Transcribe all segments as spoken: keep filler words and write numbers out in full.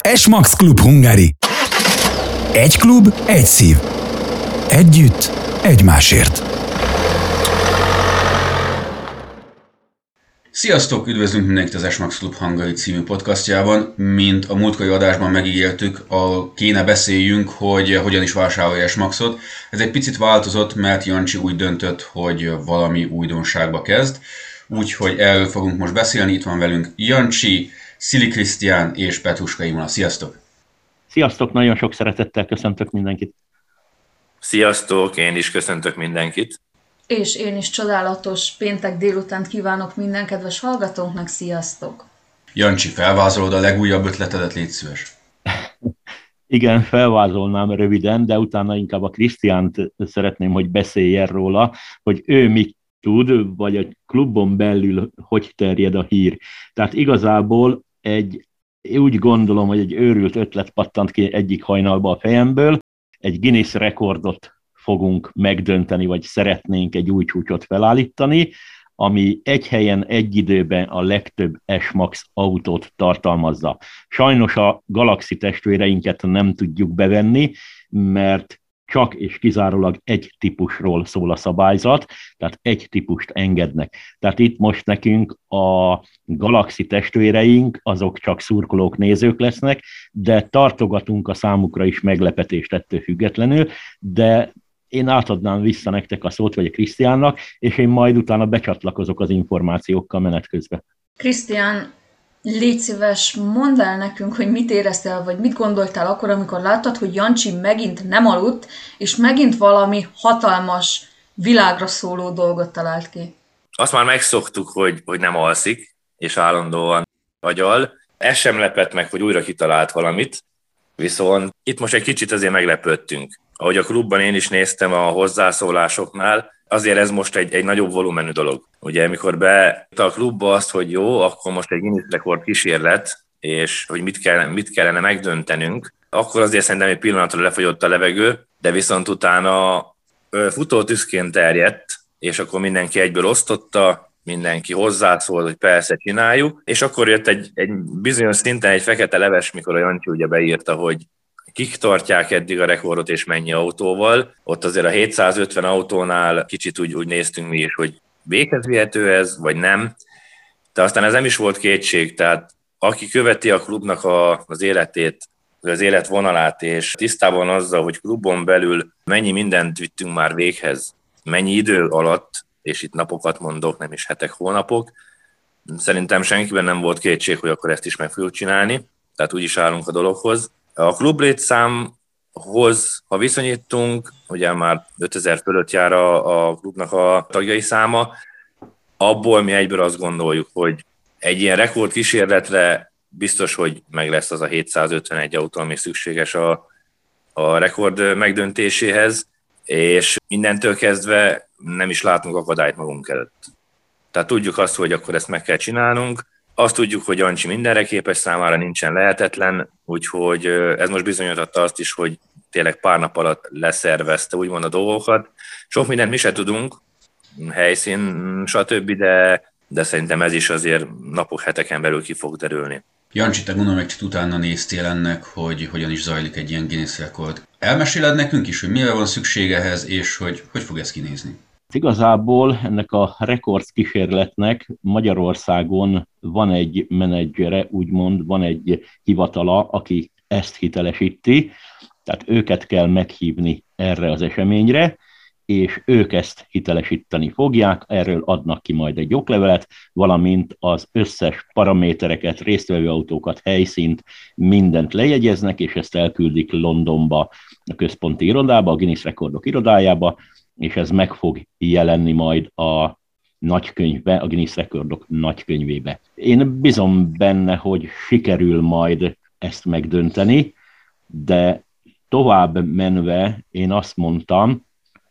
S-Max Klub Hungary. Egy klub, egy szív. Együtt, egymásért. Sziasztok! Üdvözlünk mindenkit az S-Max Klub Hungary című podcastjában. Mint a múltkori adásban megígértük, a kéne beszéljünk, hogy hogyan is vásárolja S-Maxot. Ez egy picit változott, mert Jancsi úgy döntött, hogy valami újdonságba kezd. Úgyhogy erről fogunk most beszélni. Itt van velünk Jancsi, Szili Krisztián és Petruska Imola. Sziasztok! Sziasztok! Nagyon sok szeretettel köszöntök mindenkit. Sziasztok! Én is köszöntök mindenkit. És én is csodálatos péntek délutánt kívánok minden kedves hallgatónknak. Sziasztok! Jancsi, felvázolod a legújabb ötletedet, légy szíves. Igen, felvázolnám röviden, de utána inkább a Krisztiánt szeretném, hogy beszéljen róla, hogy ő mit tud, vagy a klubon belül hogy terjed a hír. Tehát igazából egy, úgy gondolom, hogy egy őrült ötlet pattant ki egyik hajnalba a fejemből, egy Guinness rekordot fogunk megdönteni, vagy szeretnénk egy új csúcsot felállítani, ami egy helyen, egy időben a legtöbb S-Max autót tartalmazza. Sajnos a Galaxy testvéreinket nem tudjuk bevenni, mert csak és kizárólag egy típusról szól a szabályzat, tehát egy típust engednek. Tehát itt most nekünk a Galaxy testvéreink, azok csak szurkolók, nézők lesznek, de tartogatunk a számukra is meglepetést ettől függetlenül, de én átadnám vissza nektek a szót, vagy a Krisztiánnak, és én majd utána becsatlakozok az információkkal menet közben. Krisztián, légy szíves, mondd el nekünk, hogy mit éreztél, vagy mit gondoltál akkor, amikor láttad, hogy Jancsi megint nem aludt, és megint valami hatalmas, világra szóló dolgot talált ki. Azt már megszoktuk, hogy, hogy nem alszik, és állandóan agyal. Ez sem lepett meg, hogy újra kitalált valamit, viszont itt most egy kicsit azért meglepődtünk. Ahogy a klubban én is néztem a hozzászólásoknál, azért ez most egy, egy nagyobb volumenű dolog. Ugye, amikor be a klubba azt, hogy jó, akkor most egy Guinness rekord kísérlet, és hogy mit kellene, mit kellene megdöntenünk, akkor azért szerintem egy pillanatra lefogyott a levegő, de viszont utána futótűzként terjedt, és akkor mindenki egyből osztotta, mindenki hozzászólt, hogy persze csináljuk, és akkor jött egy, egy bizonyos szinten egy fekete leves, mikor a Jancsi ugye beírta, hogy kik tartják eddig a rekordot és mennyi autóval. Ott azért a hétszázötven autónál kicsit úgy, úgy néztünk mi is, hogy véghez vihető ez, vagy nem. De aztán ez nem is volt kétség, tehát aki követi a klubnak a, az életét, az életvonalát, és tisztában azzal, hogy klubon belül mennyi mindent vittünk már véghez, mennyi idő alatt, és itt napokat mondok, nem is hetek, hónapok, szerintem senkiben nem volt kétség, hogy akkor ezt is meg fogjuk csinálni, tehát úgy is állunk a dologhoz. A klublétszámhoz, ha viszonyítunk, ugye már ötezer fölött jár a, a klubnak a tagjai száma, abból mi egyből azt gondoljuk, hogy egy ilyen rekordkísérletre biztos, hogy meg lesz az a hétszázötvenegy autó, ami szükséges a, a rekord megdöntéséhez, és innentől kezdve nem is látunk akadályt magunk előtt. Tehát tudjuk azt, hogy akkor ezt meg kell csinálnunk. Azt tudjuk, hogy Jancsi mindenre képes, számára nincsen lehetetlen, úgyhogy ez most bizonyította azt is, hogy tényleg pár nap alatt leszervezte úgymond a dolgokat. Sok mindent mi se tudunk, helyszín, stb., de, de szerintem ez is azért napok, heteken belül ki fog derülni. Jancsi, te gondolom, hogy utána néztél ennek, hogy hogyan is zajlik egy ilyen Guinness rekord. Elmeséled nekünk is, hogy mire van szükség ehhez, és hogy hogy fog ez kinézni? Igazából ennek a rekord kísérletnek Magyarországon van egy menedzsere, úgymond van egy hivatala, aki ezt hitelesíti, tehát őket kell meghívni erre az eseményre, és ők ezt hitelesíteni fogják, erről adnak ki majd egy oklevelet, valamint az összes paramétereket, résztvevő autókat, helyszínt, mindent lejegyeznek, és ezt elküldik Londonba, a központi irodába, a Guinness rekordok irodájába, és ez meg fog jelenni majd a nagykönyvbe, a Guinness rekordok nagykönyvébe. Én bízom benne, hogy sikerül majd ezt megdönteni, de tovább menve én azt mondtam,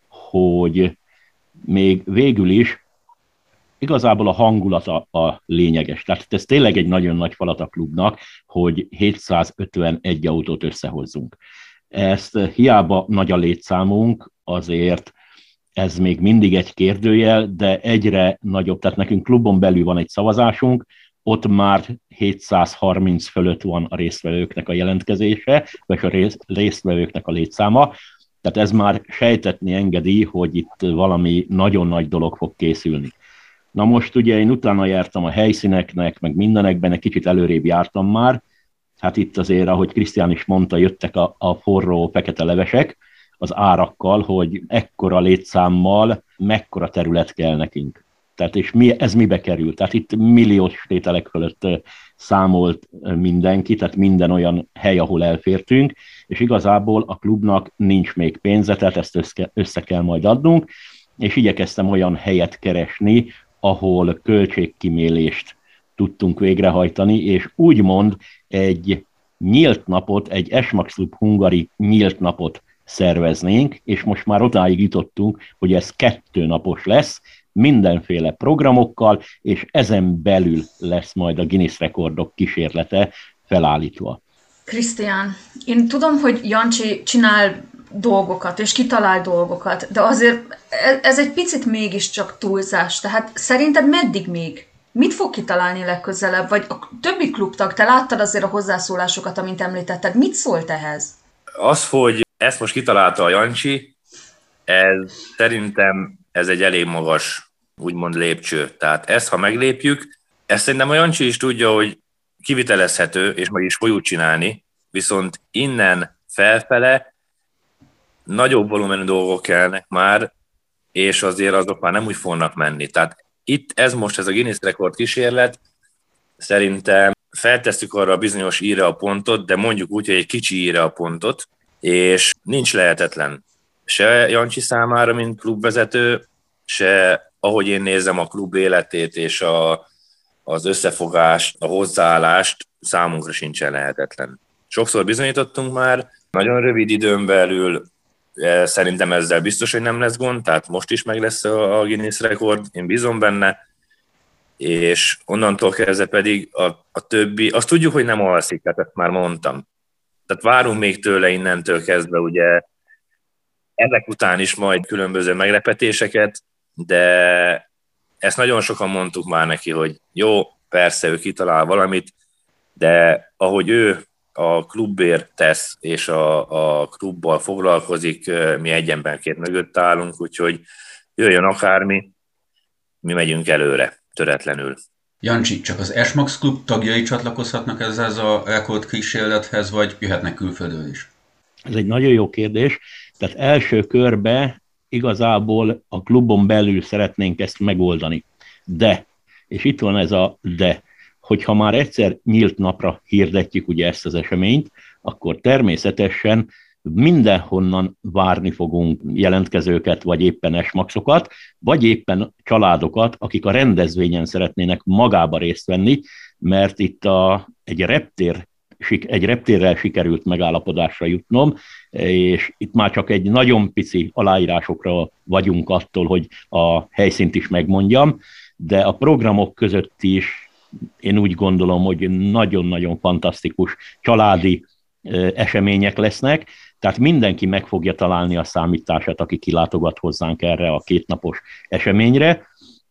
hogy még végül is igazából a hangulata a lényeges. Tehát ez tényleg egy nagyon nagy falat a klubnak, hogy hétszázötvenegy autót összehozzunk. Ezt hiába nagy a létszámunk, azért ez még mindig egy kérdőjel, de egyre nagyobb, tehát nekünk klubon belül van egy szavazásunk, ott már hétszázharminc fölött van a résztvevőknek a jelentkezése, vagy a résztvevőknek a létszáma, tehát ez már sejtetni engedi, hogy itt valami nagyon nagy dolog fog készülni. Na most ugye én utána jártam a helyszíneknek, meg mindenekben, egy kicsit előrébb jártam már, hát itt azért, ahogy Krisztián is mondta, jöttek a, a forró fekete levesek az árakkal, hogy ekkora létszámmal mekkora terület kell nekünk. Tehát és mi, ez mibe kerül? Tehát itt milliós tételek fölött számolt mindenki, tehát minden olyan hely, ahol elfértünk, és igazából a klubnak nincs még pénze, tehát ezt össze, össze kell majd adnunk, és igyekeztem olyan helyet keresni, ahol költségkimélést tudtunk végrehajtani, és úgymond egy nyílt napot, egy S-Max Club Hungary nyílt napot szerveznénk, és most már odáig jutottunk, hogy ez kettő napos lesz, mindenféle programokkal, és ezen belül lesz majd a Guinness rekordok kísérlete felállítva. Krisztián, én tudom, hogy Jancsi csinál dolgokat, és kitalál dolgokat, de azért ez egy picit mégiscsak túlzás, tehát szerinted meddig még? Mit fog kitalálni legközelebb? Vagy a többi klubtag, te láttad azért a hozzászólásokat, amint említetted, mit szólt ehhez? Az, hogy ezt most kitalálta a Jancsi, ez szerintem ez egy elég magas, úgymond lépcső. Tehát ezt, ha meglépjük, ezt szerintem a Jancsi is tudja, hogy kivitelezhető, és meg is folyúgy csinálni, viszont innen felfele nagyobb volumenű dolgok kellnek már, és azért azok már nem úgy fognak menni. Tehát itt ez most, ez a Guinness rekord kísérlet, szerintem feltesszük arra a bizonyos íre a pontot, de mondjuk úgy, hogy egy kicsi íre a pontot, és nincs lehetetlen. Se Jancsi számára, mint klubvezető, se ahogy én nézem a klub életét és a, az összefogást, a hozzáállást, számunkra sincsen lehetetlen. Sokszor bizonyítottunk már, nagyon rövid időn belül, szerintem ezzel biztos, hogy nem lesz gond, tehát most is meg lesz a Guinness rekord, én bízom benne, és onnantól kezdve pedig a, a többi, azt tudjuk, hogy nem alszik, tehát ezt már mondtam. Tehát várunk még tőle innentől kezdve, ugye ezek után is majd különböző meglepetéseket, de ezt nagyon sokan mondtuk már neki, hogy jó, persze ő kitalál valamit, de ahogy ő a klubért tesz, és a, a klubbal foglalkozik, mi egy emberként mögött állunk, úgyhogy jöjjön akármi, mi megyünk előre, töretlenül. Jancsi, csak az S-Max Club tagjai csatlakozhatnak ezzel a rekord kísérlethez, vagy jöhetnek külföldről is? Ez egy nagyon jó kérdés. Tehát első körbe igazából a klubon belül szeretnénk ezt megoldani. De, és itt van ez a de, hogyha már egyszer nyílt napra hirdetjük ugye ezt az eseményt, akkor természetesen mindenhonnan várni fogunk jelentkezőket, vagy éppen S-Maxokat, vagy éppen családokat, akik a rendezvényen szeretnének magába részt venni, mert itt a, egy reptér egy reptérrel sikerült megállapodásra jutnom, és itt már csak egy nagyon pici aláírásokra vagyunk attól, hogy a helyszínt is megmondjam, de a programok között is én úgy gondolom, hogy nagyon-nagyon fantasztikus családi események lesznek, tehát mindenki meg fogja találni a számítását, aki kilátogat hozzánk erre a kétnapos eseményre,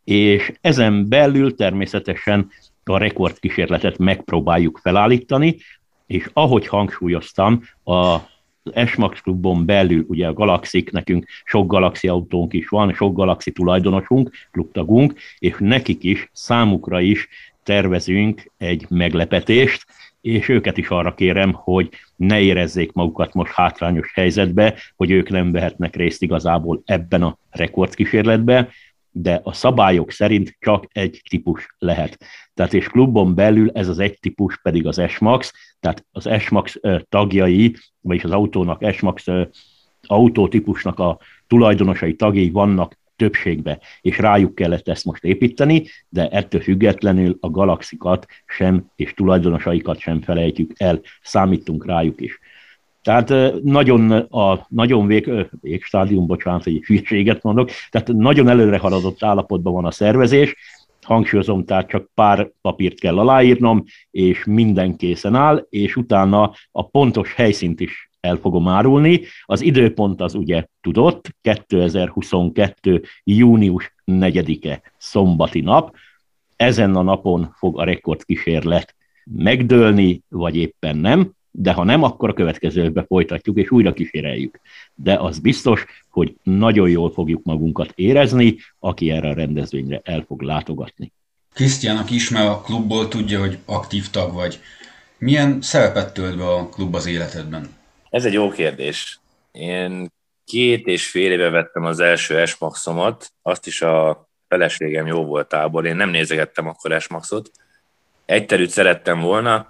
és ezen belül természetesen a rekordkísérletet megpróbáljuk felállítani, és ahogy hangsúlyoztam, a S-Max Klubon belül, ugye a Galaxik, nekünk sok Galaxy autónk is van, sok Galaxy tulajdonosunk, klubtagunk, és nekik is, számukra is tervezünk egy meglepetést, és őket is arra kérem, hogy ne érezzék magukat most hátrányos helyzetbe, hogy ők nem vehetnek részt igazából ebben a rekordkísérletben, de a szabályok szerint csak egy típus lehet. Tehát és klubon belül ez az egy típus pedig az S-Max, tehát az S-Max tagjai, vagyis az autónak S-Max autótípusnak a tulajdonosai tagjai vannak többségbe, és rájuk kellett ezt most építeni, de ettől függetlenül a Galaxikat sem, és tulajdonosaikat sem felejtjük el, számítunk rájuk is. Tehát nagyon, a, nagyon vég, végstádium, bocsánat, hogy hülyeséget mondok, tehát nagyon előre haladott állapotban van a szervezés, hangsúlyozom, tehát csak pár papírt kell aláírnom, és minden készen áll, és utána a pontos helyszínt is el fogom árulni. Az időpont az ugye tudott, kétezer-huszonkettő. június negyedike szombati nap. ezen a napon fog a rekordkísérlet megdőlni, vagy éppen nem, de ha nem, akkor a következő évben folytatjuk, és újra kíséreljük. De az biztos, hogy nagyon jól fogjuk magunkat érezni, aki erre a rendezvényre el fog látogatni. Krisztián, aki ismer a klubból, tudja, hogy aktív tag vagy. Milyen szerepet tölt be a klub az életedben? Ez egy jó kérdés. Én két és fél éve vettem az első S-Maxomat, azt is a feleségem jó voltából. Én nem nézegettem akkor S-Maxot. Egyterűt szerettem volna,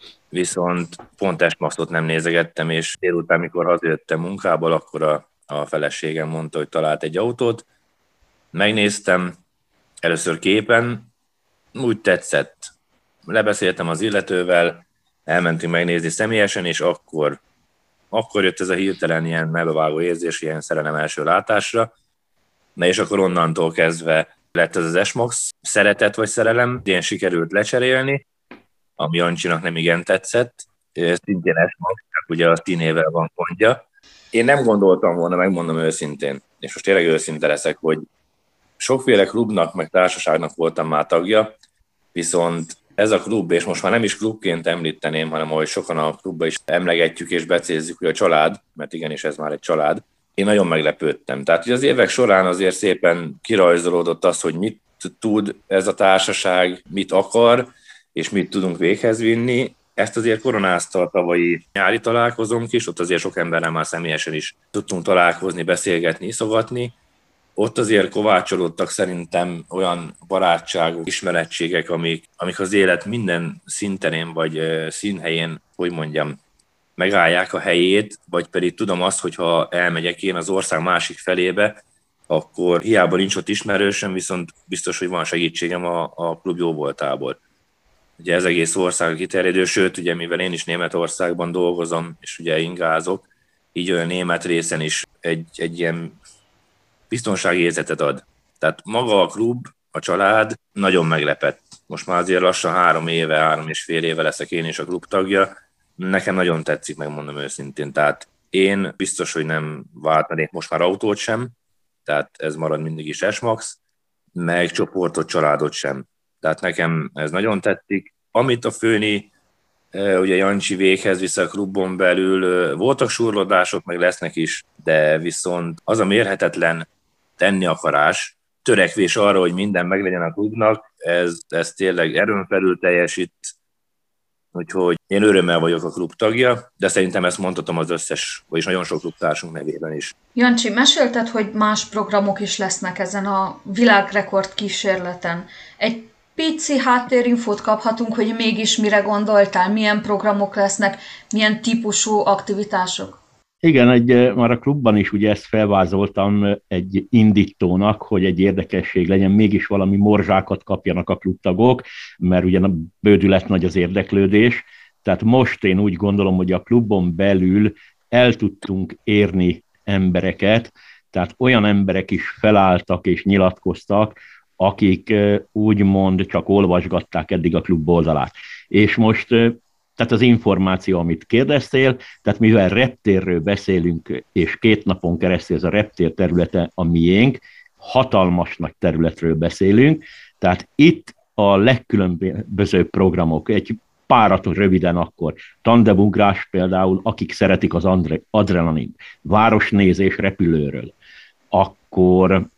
viszont pont S-Maxot nem nézegettem, és délután, mikor hazajöttem munkából, akkor a, a feleségem mondta, hogy talált egy autót. Megnéztem, először képen, úgy tetszett. Lebeszéltem az illetővel, elmentünk megnézni személyesen, és akkor, akkor jött ez a hirtelen ilyen melbevágó érzés, ilyen szerelem első látásra. Na és akkor onnantól kezdve lett ez az S-Max szeretet vagy szerelem, ilyen sikerült lecserélni, ami Jancsinak nem igen tetszett. Szintén S-Max, ugye a színével van gondja. Én nem gondoltam volna, megmondom őszintén, és most tényleg őszinte leszek, hogy sokféle klubnak, meg társaságnak voltam már tagja, viszont ez a klub, és most már nem is klubként említeném, hanem ahogy sokan a klubba is emlegetjük és becézzük, hogy a család, mert igenis ez már egy család, én nagyon meglepődtem. Tehát hogy az évek során azért szépen kirajzolódott az, hogy mit tud ez a társaság, mit akar, és mit tudunk véghez vinni. Ezt azért koronázta a tavalyi nyári találkozónk is, ott azért sok emberrel már személyesen is tudtunk találkozni, beszélgetni, iszogatni. Ott azért kovácsolódtak szerintem olyan barátságok, ismerettségek, amik, amik az élet minden szinterén vagy színhelyén, hogy mondjam, megállják a helyét, vagy pedig tudom azt, hogy ha elmegyek én az ország másik felébe, akkor hiába nincs ott ismerősöm, viszont biztos, hogy van segítségem a, a klub jó voltából. Ugye ez egész ország kiterjedő, sőt, ugye mivel én is Németországban dolgozom, és ugye ingázok, így olyan német részen is egy, egy ilyen biztonsági érzetet ad. Tehát maga a klub, a család nagyon meglepett. Most már azért lassan három éve, három és fél éve leszek én is a klub tagja. Nekem nagyon tetszik, megmondom őszintén. Tehát én biztos, hogy nem váltanék most már autót sem, tehát ez marad mindig is S-Max, meg csoportot, családot sem. Tehát nekem ez nagyon tetszik. Amit a Főni, ugye Jancsi véghez visz a klubon belül, voltak surlódások, meg lesznek is, de viszont az a mérhetetlen tenni akarás, törekvés arra, hogy minden meglegyen a klubnak, ez, ez tényleg erőn felül teljesít, úgyhogy én örömmel vagyok a klub tagja, de szerintem ezt mondhatom az összes, vagyis nagyon sok klubtársunk nevében is. Jancsi, mesélted, hogy más programok is lesznek ezen a világrekord kísérleten. Egy pici háttérinfót kaphatunk, hogy mégis mire gondoltál, milyen programok lesznek, milyen típusú aktivitások? Igen, egy, már a klubban is ugye ezt felvázoltam egy indítónak, hogy egy érdekesség legyen, mégis valami morzsákat kapjanak a klubtagok, mert ugye a bődület nagy az érdeklődés. Tehát most én úgy gondolom, hogy a klubon belül el tudtunk érni embereket, tehát olyan emberek is felálltak és nyilatkoztak, akik úgymond csak olvasgatták eddig a klub oldalát. És most, tehát az információ, amit kérdeztél, tehát mivel reptérről beszélünk, és két napon keresztül ez a reptér területe a miénk, hatalmas nagy területről beszélünk, tehát itt a legkülönbözőbb programok, egy párat röviden akkor, tandemugrás például, akik szeretik az adrenalin, városnézés repülőről, akkor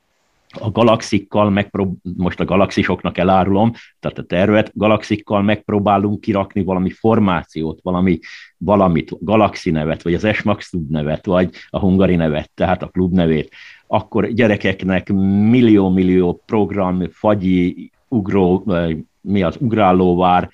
a galaxikkal megprób- most a galaxisoknak elárulom, tehát a tervet, galaxikkal megpróbálunk kirakni valami formációt, valami, valamit, galaxi nevet, vagy az S-Max klub nevet, vagy a Hungari nevet, tehát a klub nevét, akkor gyerekeknek millió-millió program, fagyi, ugró, mi az, ugrálóvár,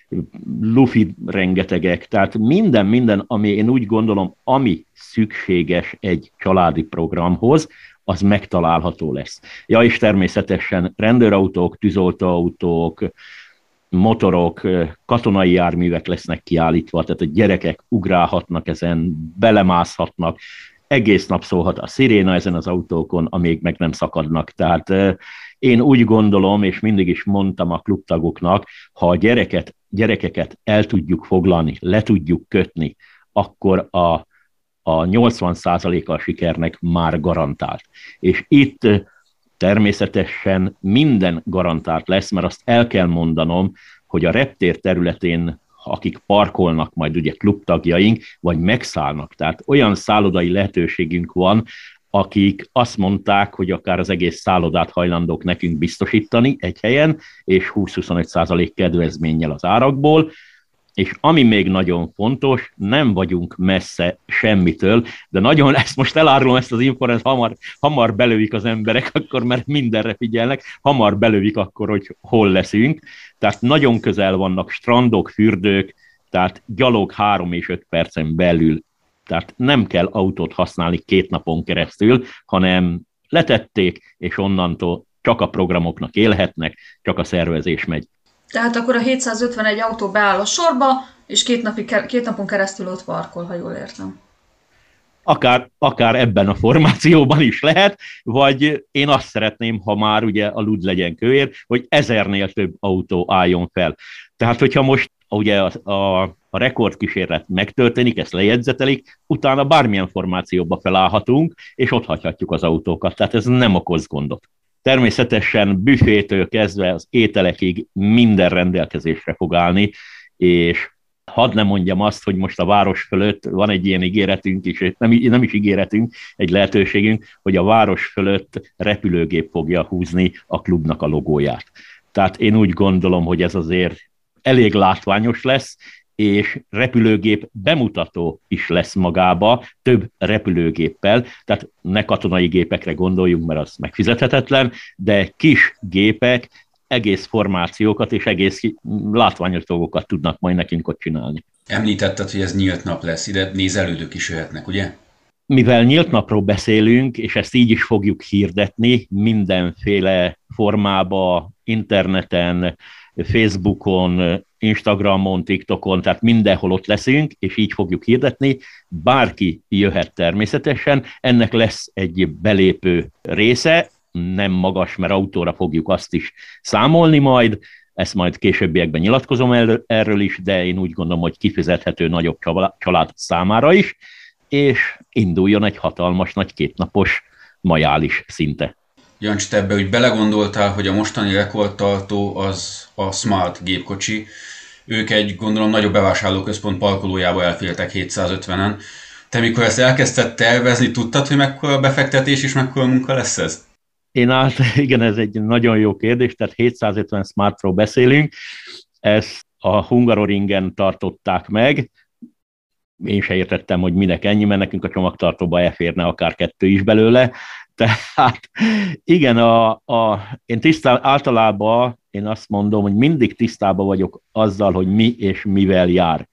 lufi rengetegek, tehát minden, minden, ami én úgy gondolom, ami szükséges egy családi programhoz, az megtalálható lesz. Ja, és természetesen rendőrautók, tűzoltóautók, motorok, katonai járművek lesznek kiállítva, tehát a gyerekek ugrálhatnak ezen, belemászhatnak, egész nap szólhat a sziréna ezen az autókon, amíg meg nem szakadnak. Tehát én úgy gondolom, és mindig is mondtam a klubtagoknak, ha a gyereket, gyerekeket el tudjuk foglalni, le tudjuk kötni, akkor a a nyolcvan százaléka a sikernek már garantált. És itt Természetesen minden garantált lesz, mert azt el kell mondanom, hogy a reptér területén, akik parkolnak majd ugye klubtagjaink, vagy megszállnak, tehát olyan szállodai lehetőségünk van, akik azt mondták, hogy akár az egész szállodát hajlandók nekünk biztosítani egy helyen, és húsz-huszonöt százalék kedvezménnyel az árakból, és ami még nagyon fontos, nem vagyunk messze semmitől, de nagyon, ezt most elárulom, ezt az információt, hamar, hamar belövik az emberek, akkor mert mindenre figyelnek, hamar belövik akkor, hogy hol leszünk, tehát nagyon közel vannak strandok, fürdők, tehát gyalog három és öt percen belül, tehát nem kell autót használni két napon keresztül, hanem letették, és onnantól csak a programoknak élhetnek, csak a szervezés megy. Tehát akkor a hétszázötvenegy autó beáll a sorba, és két, napi, két napon keresztül ott parkol, ha jól értem. Akár, akár ebben a formációban is lehet, vagy én azt szeretném, ha már ugye a lud legyen kövér, hogy ezernél több autó álljon fel. Tehát, hogyha most ugye a, a, a rekordkísérlet megtörténik, ezt lejegyzetelik, utána bármilyen formációba felállhatunk, és ott hagyhatjuk az autókat. Tehát ez nem okoz gondot. Természetesen büfétől kezdve az ételekig minden rendelkezésre fog állni, és hadd ne mondjam azt, hogy most a város fölött van egy ilyen ígéretünk is, és nem, nem is ígéretünk, egy lehetőségünk, hogy a város fölött repülőgép fogja húzni a klubnak a logóját. Tehát én úgy gondolom, hogy ez azért elég látványos lesz, és repülőgép bemutató is lesz magába, több repülőgéppel, tehát ne katonai gépekre gondoljunk, mert az megfizethetetlen, de kis gépek egész formációkat és egész látványos dolgokat tudnak majd nekünk ott csinálni. Említetted, hogy ez nyílt nap lesz, ide nézelődők is jöhetnek, ugye? Mivel nyílt napról beszélünk, és ezt így is fogjuk hirdetni mindenféle formába, interneten, Facebookon, Instagramon, TikTokon, tehát mindenhol ott leszünk, és így fogjuk hirdetni. Bárki jöhet természetesen, ennek lesz egy belépő része, nem magas, mert autóra fogjuk azt is számolni majd, ezt majd későbbiekben nyilatkozom erről is, de én úgy gondolom, hogy kifizethető nagyobb család számára is, és induljon egy hatalmas nagy kétnapos majális szinte. Jancsi, te ebbe úgy belegondoltál, hogy a mostani rekordtartó az a Smart gépkocsi. Ők egy, gondolom, nagyobb bevásárlóközpont parkolójába elfértek hétszázötvenen. Te mikor ezt elkezdted tervezni, tudtad, hogy mekkora befektetés és mekkora munka lesz ez? Én állt, igen, ez egy nagyon jó kérdés, tehát hétszázötven Smartról beszélünk, ezt a Hungaroringen tartották meg, én se értettem, hogy minek ennyi, mert nekünk a csomagtartóba elférne akár kettő is belőle. Tehát igen, a, a, én tisztá, általában én azt mondom, hogy mindig tisztában vagyok azzal, hogy mi és mivel jár.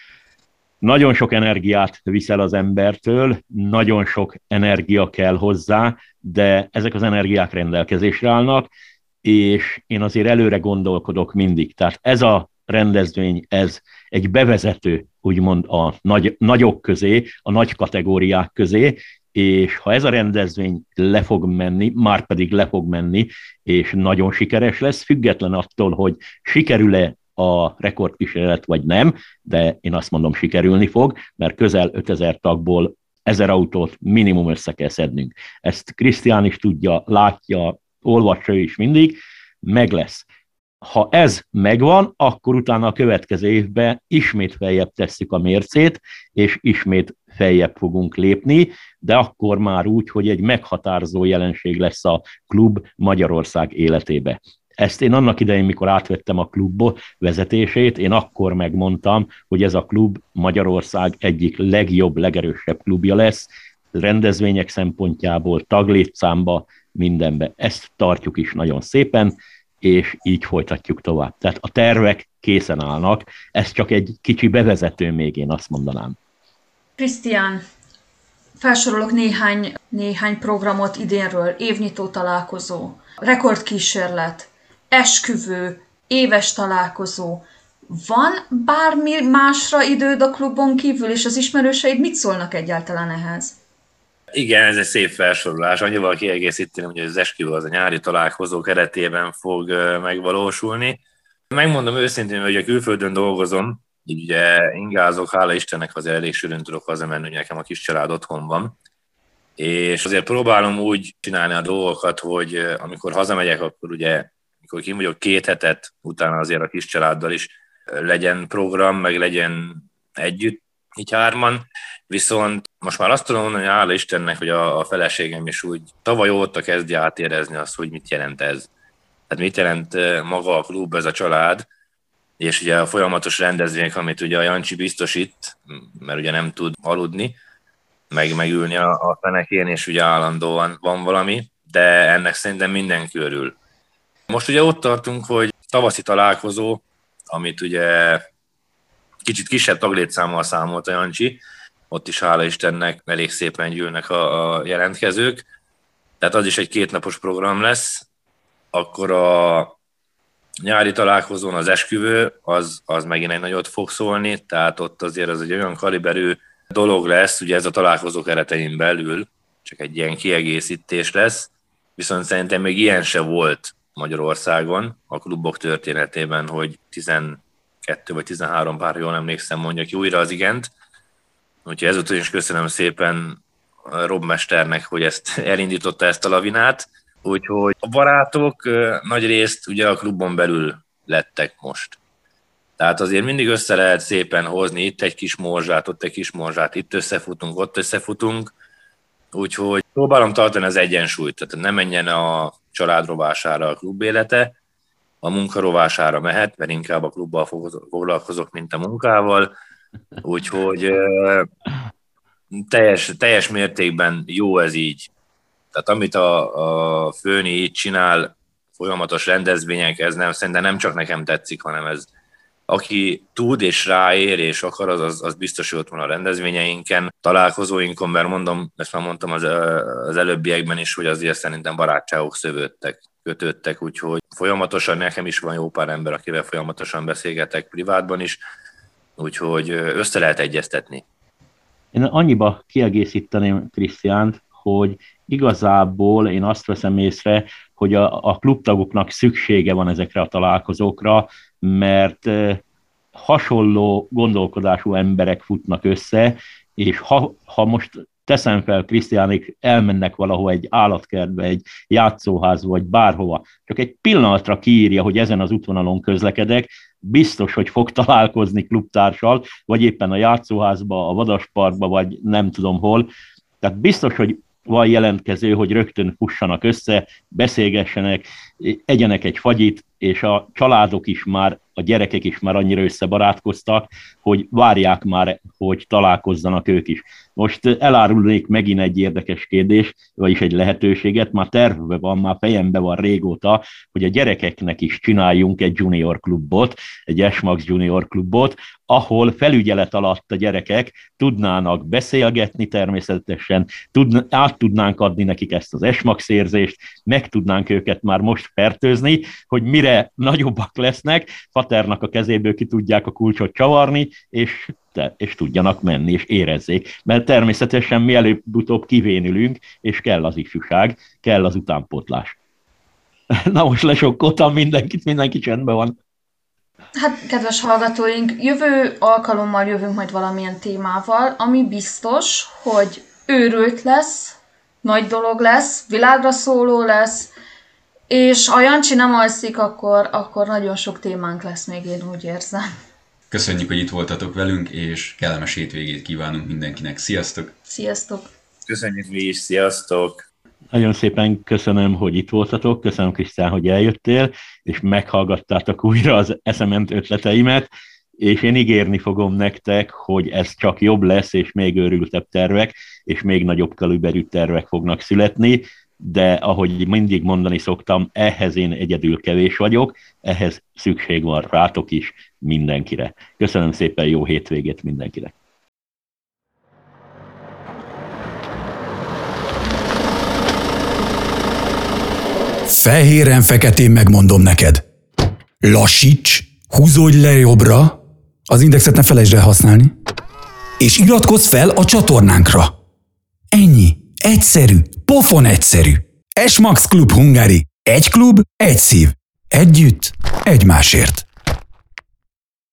Nagyon sok energiát viszel az embertől, nagyon sok energia kell hozzá, de ezek az energiák rendelkezésre állnak, és én azért előre gondolkodok mindig. Tehát ez a rendezvény, ez egy bevezető, úgymond a nagy, nagyok közé, a nagy kategóriák közé, és ha ez a rendezvény le fog menni, már pedig le fog menni, és nagyon sikeres lesz, független attól, hogy sikerül-e a rekordkísérlet vagy nem, de én azt mondom, sikerülni fog, mert közel ötezer tagból ezer autót minimum össze kell szednünk. Ezt Krisztián is tudja, látja, olvassa ő is mindig, meg lesz. Ha ez megvan, akkor utána a következő évben ismét feljebb tesszük a mércét, és ismét feljebb fogunk lépni, de akkor már úgy, hogy egy meghatározó jelenség lesz a klub Magyarország életébe. Ezt én annak idején, mikor átvettem a klub vezetését, én akkor megmondtam, hogy ez a klub Magyarország egyik legjobb, legerősebb klubja lesz, rendezvények szempontjából, taglétszámba, mindenbe. Ezt tartjuk is nagyon szépen, és így folytatjuk tovább. Tehát a tervek készen állnak, ez csak egy kicsi bevezető még, én azt mondanám. Krisztián, felsorolok néhány, néhány programot idénről, évnyitó találkozó, rekordkísérlet, esküvő, éves találkozó. Van bármi másra időd a klubon kívül, és az ismerőseid mit szólnak egyáltalán ehhez? Igen, ez egy szép felsorolás. Annyival kiegészíteni, hogy az esküvő az a nyári találkozó keretében fog megvalósulni. Megmondom őszintén, hogy a külföldön dolgozom, így ugye ingázok, hála Istennek azért elég sűrűn tudok hazamenni, hogy nekem a kis család otthon van. és azért próbálom úgy csinálni a dolgokat, hogy amikor hazamegyek, akkor ugye, amikor kim vagyok két hetet, utána azért a kis családdal is legyen program, meg legyen együtt, így hárman, viszont most már azt tudom mondani, hogy hála Istennek, hogy a, a feleségem is úgy tavaly óta kezdi átérezni azt, hogy mit jelent ez. Tehát mit jelent maga a klub, ez a család, és ugye a folyamatos rendezvények, amit ugye a Jancsi biztosít, mert ugye nem tud aludni, meg megülni a, a fenekén, és ugye állandóan van valami, de ennek szerintem mindenki örül. Most ugye ott tartunk, hogy tavaszi találkozó, amit ugye kicsit kisebb taglétszámmal számolt a Jancsi, ott is hála Istennek elég szépen gyűlnek a, a jelentkezők, tehát az is egy kétnapos program lesz, akkor a nyári találkozón az esküvő, az, az megint egy nagyot fog szólni, tehát ott azért az egy olyan kaliberű dolog lesz, ugye ez a találkozó keretein belül, csak egy ilyen kiegészítés lesz, viszont szerintem még ilyen se volt Magyarországon a klubok történetében, hogy tizenkettő vagy tizenhárom pár, jól emlékszem, mondja ki újra az igent. Úgyhogy ezúttal is köszönöm szépen Rob mesternek, hogy ezt elindította ezt a lavinát. Úgyhogy a barátok nagy részt ugye a klubon belül lettek most. Tehát azért mindig össze lehet szépen hozni, itt egy kis morzsát, ott egy kis morzsát, itt összefutunk, ott összefutunk. Úgyhogy próbálom tartani az egyensúlyt, tehát ne menjen a család rovására a klub élete, a munka rovására mehet, mert inkább a klubbal foglalkozok, mint a munkával. Úgyhogy teljes, teljes mértékben jó ez így. Tehát amit a, a Főni így csinál, folyamatos rendezvények, ez nem, szerintem nem csak nekem tetszik, hanem ez aki tud és ráér és akar, az, az, az biztos, hogy ott van a rendezvényeinken, találkozóinkon, mert mondom, ezt már mondtam az, az előbbiekben is, hogy azért szerintem barátságok szövődtek, kötődtek, úgyhogy folyamatosan nekem is van jó pár ember, akivel folyamatosan beszélgetek privátban is, úgyhogy össze lehet egyeztetni. Én annyiba kiegészíteném Krisztiánt, hogy igazából én azt veszem észre, hogy a, a klubtagoknak szüksége van ezekre a találkozókra, mert hasonló gondolkodású emberek futnak össze, és ha, ha most teszem fel, Krisztiánik elmennek valahol egy állatkertbe, egy játszóházba, vagy bárhova, csak egy pillanatra kiírja, hogy ezen az útvonalon közlekedek, biztos, hogy fog találkozni klubtársal, vagy éppen a játszóházba, a vadasparkba, vagy nem tudom hol. Tehát biztos, hogy van jelentkező, hogy rögtön fussanak össze, beszélgessenek, egyenek egy fagyit, és a családok is már, a gyerekek is már annyira összebarátkoztak, hogy várják már, hogy találkozzanak ők is. Most elárulnék megint egy érdekes kérdés, vagyis egy lehetőséget, már tervben van, már fejemben van régóta, hogy a gyerekeknek is csináljunk egy junior klubot, egy S-Max junior klubot, ahol felügyelet alatt a gyerekek tudnának beszélgetni természetesen, tud, át tudnánk adni nekik ezt az S-Max érzést, meg tudnánk őket már most fertőzni, hogy mire nagyobbak lesznek, Faternak a kezéből ki tudják a kulcsot csavarni, és, te, és tudjanak menni, és érezzék. Mert természetesen mi előbb-utóbb kivénülünk, és kell az ifjúság, kell az utánpótlás. Na most lesokkoltam mindenkit, mindenki csendben van. Hát, kedves hallgatóink, jövő alkalommal jövünk majd valamilyen témával, ami biztos, hogy őrült lesz, nagy dolog lesz, világra szóló lesz, és ha Jancsi nem alszik, akkor, akkor nagyon sok témánk lesz még, én úgy érzem. Köszönjük, hogy itt voltatok velünk, és kellemes hétvégét kívánunk mindenkinek. Sziasztok! Sziasztok! Köszönjük mi is, sziasztok! Nagyon szépen köszönöm, hogy itt voltatok, köszönöm Krisztián, hogy eljöttél, és meghallgattátok újra az eszement ötleteimet, és én ígérni fogom nektek, hogy ez csak jobb lesz, és még őrültebb tervek, és még nagyobb kaliberű tervek fognak születni, de ahogy mindig mondani szoktam, ehhez én egyedül kevés vagyok, ehhez szükség van rátok is, mindenkire. Köszönöm szépen, jó hétvégét mindenkinek! Fehéren-feketén megmondom neked. Lassíts, húzódj le jobbra, az indexet ne felejtsd el használni, és iratkozz fel a csatornánkra. Ennyi. Egyszerű. Pofon egyszerű. S-Max Klub Hungary. Egy klub, egy szív. Együtt, egymásért.